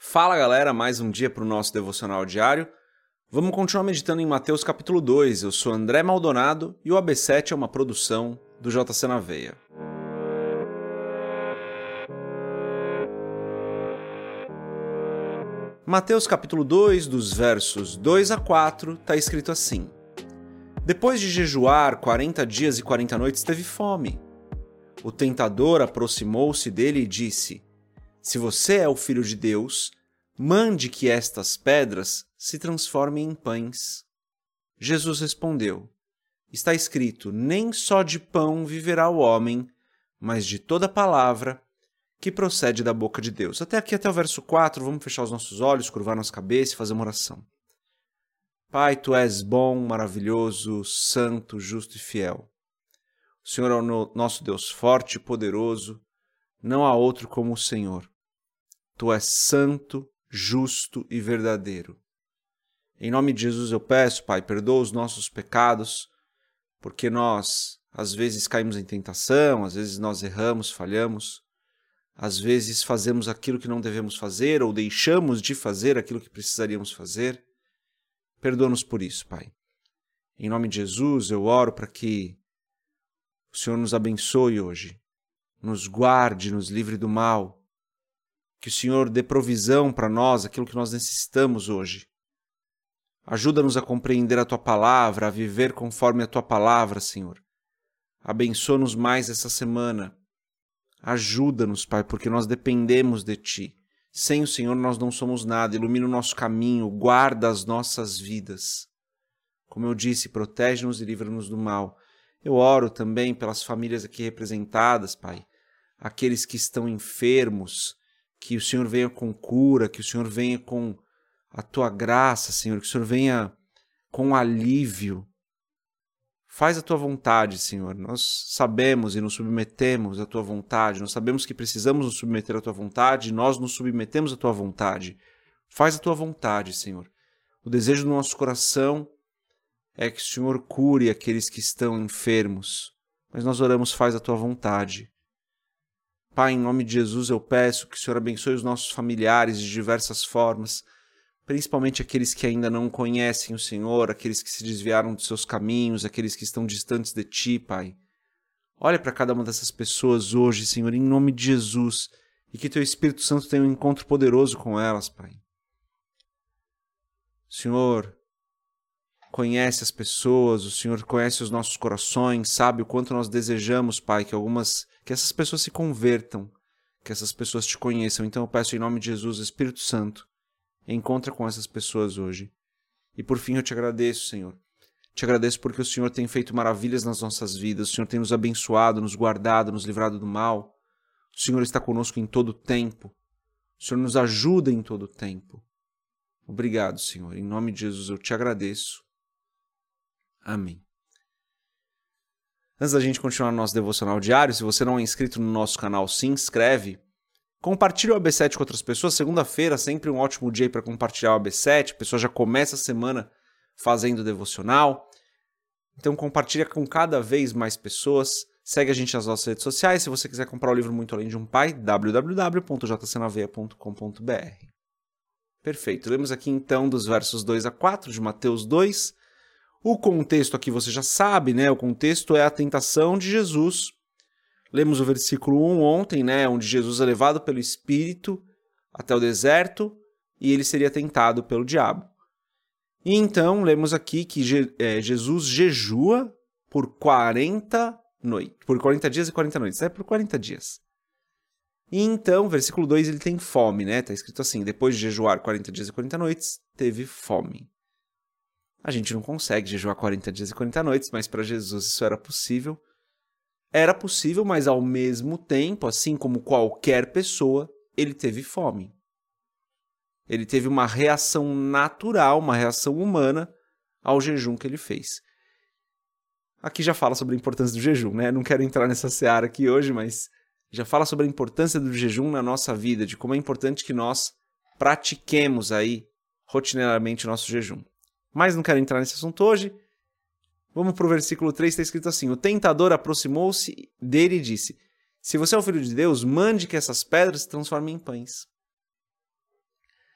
Fala galera, mais um dia para o nosso devocional diário. Vamos continuar meditando em Mateus capítulo 2. Eu sou André Maldonado e o AB7 é uma produção do JC na Veia. Mateus capítulo 2, dos versos 2 a 4, está escrito assim: Depois de jejuar 40 dias e 40 noites, teve fome. O tentador aproximou-se dele e disse: Se você é o Filho de Deus, mande que estas pedras se transformem em pães. Jesus respondeu: Está escrito, nem só de pão viverá o homem, mas de toda palavra que procede da boca de Deus. Até aqui, até o verso 4, vamos fechar os nossos olhos, curvar nossa cabeça e fazer uma oração. Pai, Tu és bom, maravilhoso, santo, justo e fiel. O Senhor é o nosso Deus forte e poderoso, não há outro como o Senhor. Tu és santo, justo e verdadeiro. Em nome de Jesus eu peço, Pai, perdoa os nossos pecados, porque nós, às vezes, caímos em tentação, às vezes nós erramos, falhamos, às vezes fazemos aquilo que não devemos fazer ou deixamos de fazer aquilo que precisaríamos fazer. Perdoa-nos por isso, Pai. Em nome de Jesus eu oro para que o Senhor nos abençoe hoje, nos guarde, nos livre do mal, que o Senhor dê provisão para nós, aquilo que nós necessitamos hoje. Ajuda-nos a compreender a Tua Palavra, a viver conforme a Tua Palavra, Senhor. Abençoa-nos mais essa semana. Ajuda-nos, Pai, porque nós dependemos de Ti. Sem o Senhor nós não somos nada. Ilumina o nosso caminho, guarda as nossas vidas. Como eu disse, protege-nos e livra-nos do mal. Eu oro também pelas famílias aqui representadas, Pai. Aqueles que estão enfermos, que o Senhor venha com cura, que o Senhor venha com a Tua graça, Senhor, que o Senhor venha com alívio. Faz a Tua vontade, Senhor. Nós sabemos e nos submetemos à Tua vontade. Nós sabemos que precisamos nos submeter à Tua vontade e nós nos submetemos à Tua vontade. Faz a Tua vontade, Senhor. O desejo do nosso coração é que o Senhor cure aqueles que estão enfermos. Mas nós oramos, faz a Tua vontade. Pai, em nome de Jesus, eu peço que o Senhor abençoe os nossos familiares de diversas formas, principalmente aqueles que ainda não conhecem o Senhor, aqueles que se desviaram dos seus caminhos, aqueles que estão distantes de Ti, Pai. Olha para cada uma dessas pessoas hoje, Senhor, em nome de Jesus, e que Teu Espírito Santo tenha um encontro poderoso com elas, Pai. O Senhor conhece as pessoas, o Senhor conhece os nossos corações, sabe o quanto nós desejamos, Pai, que essas pessoas se convertam, que essas pessoas Te conheçam. Então eu peço em nome de Jesus, Espírito Santo, encontra com essas pessoas hoje. E por fim eu Te agradeço, Senhor. Te agradeço porque o Senhor tem feito maravilhas nas nossas vidas, o Senhor tem nos abençoado, nos guardado, nos livrado do mal. O Senhor está conosco em todo o tempo. O Senhor nos ajuda em todo o tempo. Obrigado, Senhor. Em nome de Jesus eu Te agradeço. Amém. Antes da gente continuar no nosso devocional diário, se você não é inscrito no nosso canal, se inscreve. Compartilhe o AB7 com outras pessoas. Segunda-feira, sempre um ótimo dia para compartilhar o AB7. A pessoa já começa a semana fazendo devocional. Então compartilha com cada vez mais pessoas. Segue a gente nas nossas redes sociais. Se você quiser comprar o livro Muito Além de um Pai, www.jcnaveia.com.br. Perfeito. Lemos aqui então dos versos 2 a 4 de Mateus 2. O contexto aqui você já sabe, né? O contexto é a tentação de Jesus. Lemos o versículo 1 ontem, né? Onde Jesus é levado pelo Espírito até o deserto e ele seria tentado pelo diabo. E então lemos aqui que Jesus jejua por 40 dias e 40 noites. Por 40 dias. E então, versículo 2, ele tem fome, né? Está escrito assim, depois de jejuar 40 dias e 40 noites, teve fome. A gente não consegue jejuar 40 dias e 40 noites, mas para Jesus isso era possível. Era possível, mas ao mesmo tempo, assim como qualquer pessoa, ele teve fome. Ele teve uma reação natural, uma reação humana ao jejum que ele fez. Aqui já fala sobre a importância do jejum, né? Não quero entrar nessa seara aqui hoje, mas já fala sobre a importância do jejum na nossa vida, de como é importante que nós pratiquemos aí rotineiramente o nosso jejum. Mas não quero entrar nesse assunto hoje. Vamos para o versículo 3, está escrito assim: O tentador aproximou-se dele e disse: Se você é o Filho de Deus, mande que essas pedras se transformem em pães.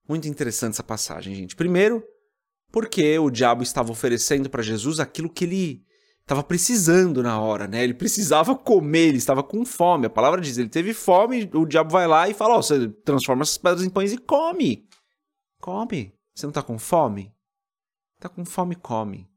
Muito interessante essa passagem, gente. Primeiro, porque o diabo estava oferecendo para Jesus aquilo que ele estava precisando na hora, né? Ele precisava comer, ele estava com fome. A palavra diz, ele teve fome, o diabo vai lá e fala, você transforma essas pedras em pães e come. Come. Você não está com fome? Está com fome, come.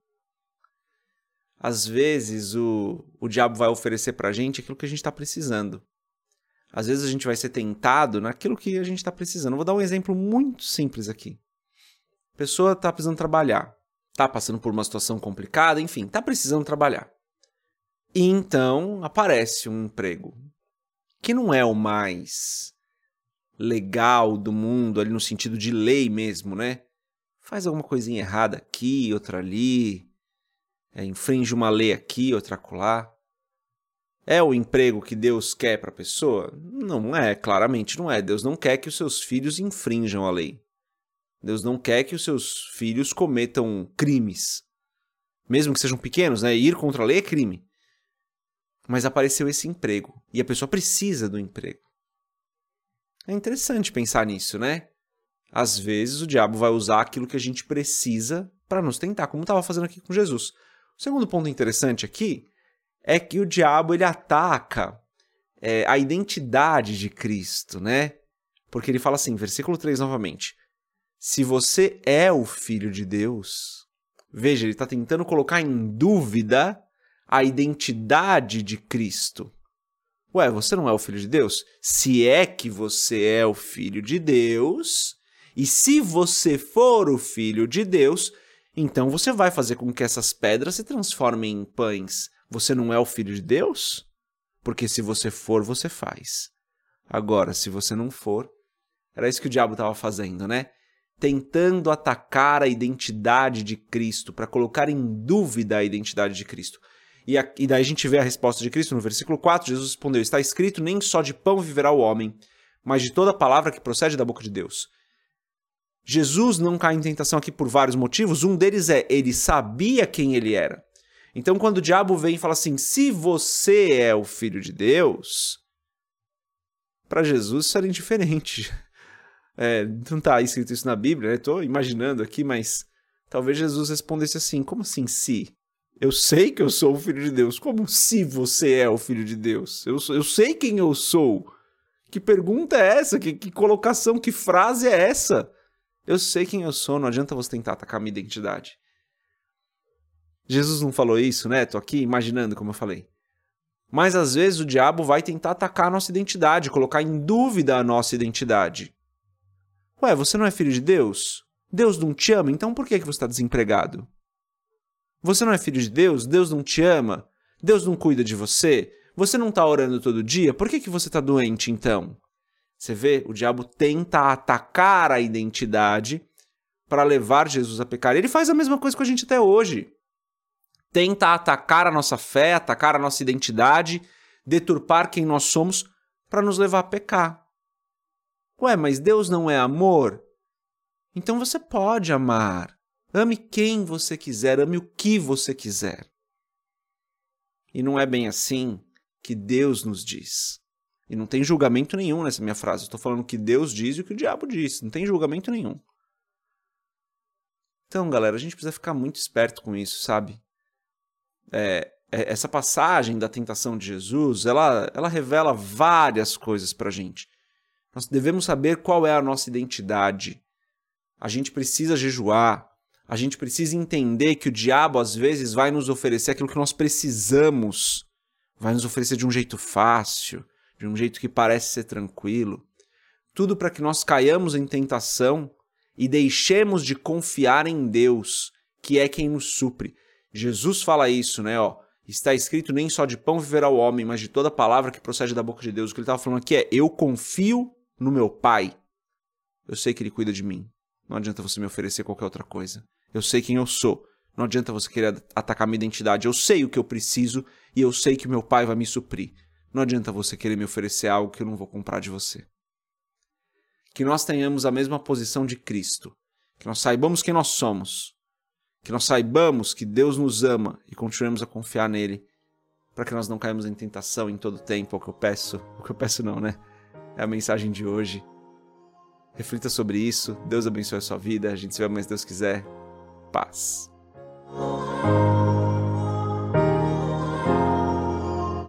Às vezes, o diabo vai oferecer para a gente aquilo que a gente está precisando. Às vezes a gente vai ser tentado naquilo que a gente está precisando. Eu vou dar um exemplo muito simples aqui. A pessoa está precisando trabalhar, está passando por uma situação complicada, enfim, está precisando trabalhar. E então aparece um emprego que não é o mais legal do mundo, ali no sentido de lei mesmo, né? Faz alguma coisinha errada aqui, outra ali, infringe uma lei aqui, outra acolá. É o emprego que Deus quer para a pessoa? Não é, claramente não é. Deus não quer que os seus filhos infrinjam a lei. Deus não quer que os seus filhos cometam crimes. Mesmo que sejam pequenos, né? Ir contra a lei é crime. Mas apareceu esse emprego. E a pessoa precisa do emprego. É interessante pensar nisso, né? Às vezes o diabo vai usar aquilo que a gente precisa para nos tentar, como estava fazendo aqui com Jesus. O segundo ponto interessante aqui é que o diabo ele ataca a identidade de Cristo, né? Porque ele fala assim, versículo 3 novamente, se você é o Filho de Deus, veja, ele está tentando colocar em dúvida a identidade de Cristo. Ué, você não é o Filho de Deus? Se é que você é o Filho de Deus, e se você for o Filho de Deus, então você vai fazer com que essas pedras se transformem em pães. Você não é o Filho de Deus? Porque se você for, você faz. Agora, se você não for, era isso que o diabo estava fazendo, né? Tentando atacar a identidade de Cristo, para colocar em dúvida a identidade de Cristo. E daí a gente vê a resposta de Cristo no versículo 4, Jesus respondeu, está escrito, nem só de pão viverá o homem, mas de toda palavra que procede da boca de Deus. Jesus não cai em tentação aqui por vários motivos, um deles é, ele sabia quem ele era. Então, quando o diabo vem e fala assim, se você é o Filho de Deus, para Jesus isso era indiferente. Não está escrito isso na Bíblia, estou imaginando aqui, mas talvez Jesus respondesse assim, como assim se? Eu sei que eu sou o Filho de Deus, como se você é o Filho de Deus? Eu sei quem eu sou. Que pergunta é essa? Que colocação, que frase é essa? Eu sei quem eu sou, não adianta você tentar atacar a minha identidade. Jesus não falou isso, né? Tô aqui imaginando como eu falei. Mas às vezes o diabo vai tentar atacar a nossa identidade, colocar em dúvida a nossa identidade. Ué, você não é filho de Deus? Deus não te ama, então por que você está desempregado? Você não é filho de Deus? Deus não te ama? Deus não cuida de você? Você não está orando todo dia? Por que você está doente, então? Você vê, o diabo tenta atacar a identidade para levar Jesus a pecar. Ele faz a mesma coisa com a gente até hoje. Tenta atacar a nossa fé, atacar a nossa identidade, deturpar quem nós somos para nos levar a pecar. Ué, mas Deus não é amor? Então você pode amar. Ame quem você quiser, ame o que você quiser. E não é bem assim que Deus nos diz. E não tem julgamento nenhum nessa minha frase. Estou falando o que Deus diz e o que o diabo diz. Não tem julgamento nenhum. Então, galera, a gente precisa ficar muito esperto com isso, sabe? Essa passagem da tentação de Jesus, ela revela várias coisas para a gente. Nós devemos saber qual é a nossa identidade. A gente precisa jejuar. A gente precisa entender que o diabo, às vezes, vai nos oferecer aquilo que nós precisamos. Vai nos oferecer de um jeito fácil, de um jeito que parece ser tranquilo. Tudo para que nós caiamos em tentação e deixemos de confiar em Deus, que é quem nos supre. Jesus fala isso, né? Está escrito, nem só de pão viverá o homem, mas de toda palavra que procede da boca de Deus. O que ele estava falando aqui é, eu confio no meu Pai. Eu sei que Ele cuida de mim. Não adianta você me oferecer qualquer outra coisa. Eu sei quem eu sou. Não adianta você querer atacar minha identidade. Eu sei o que eu preciso e eu sei que o meu Pai vai me suprir. Não adianta você querer me oferecer algo que eu não vou comprar de você. Que nós tenhamos a mesma posição de Cristo. Que nós saibamos quem nós somos. Que nós saibamos que Deus nos ama e continuemos a confiar nele. Para que nós não caímos em tentação em todo tempo. É o que eu peço não, né? É a mensagem de hoje. Reflita sobre isso. Deus abençoe a sua vida. A gente se vê mais se Deus quiser. Paz.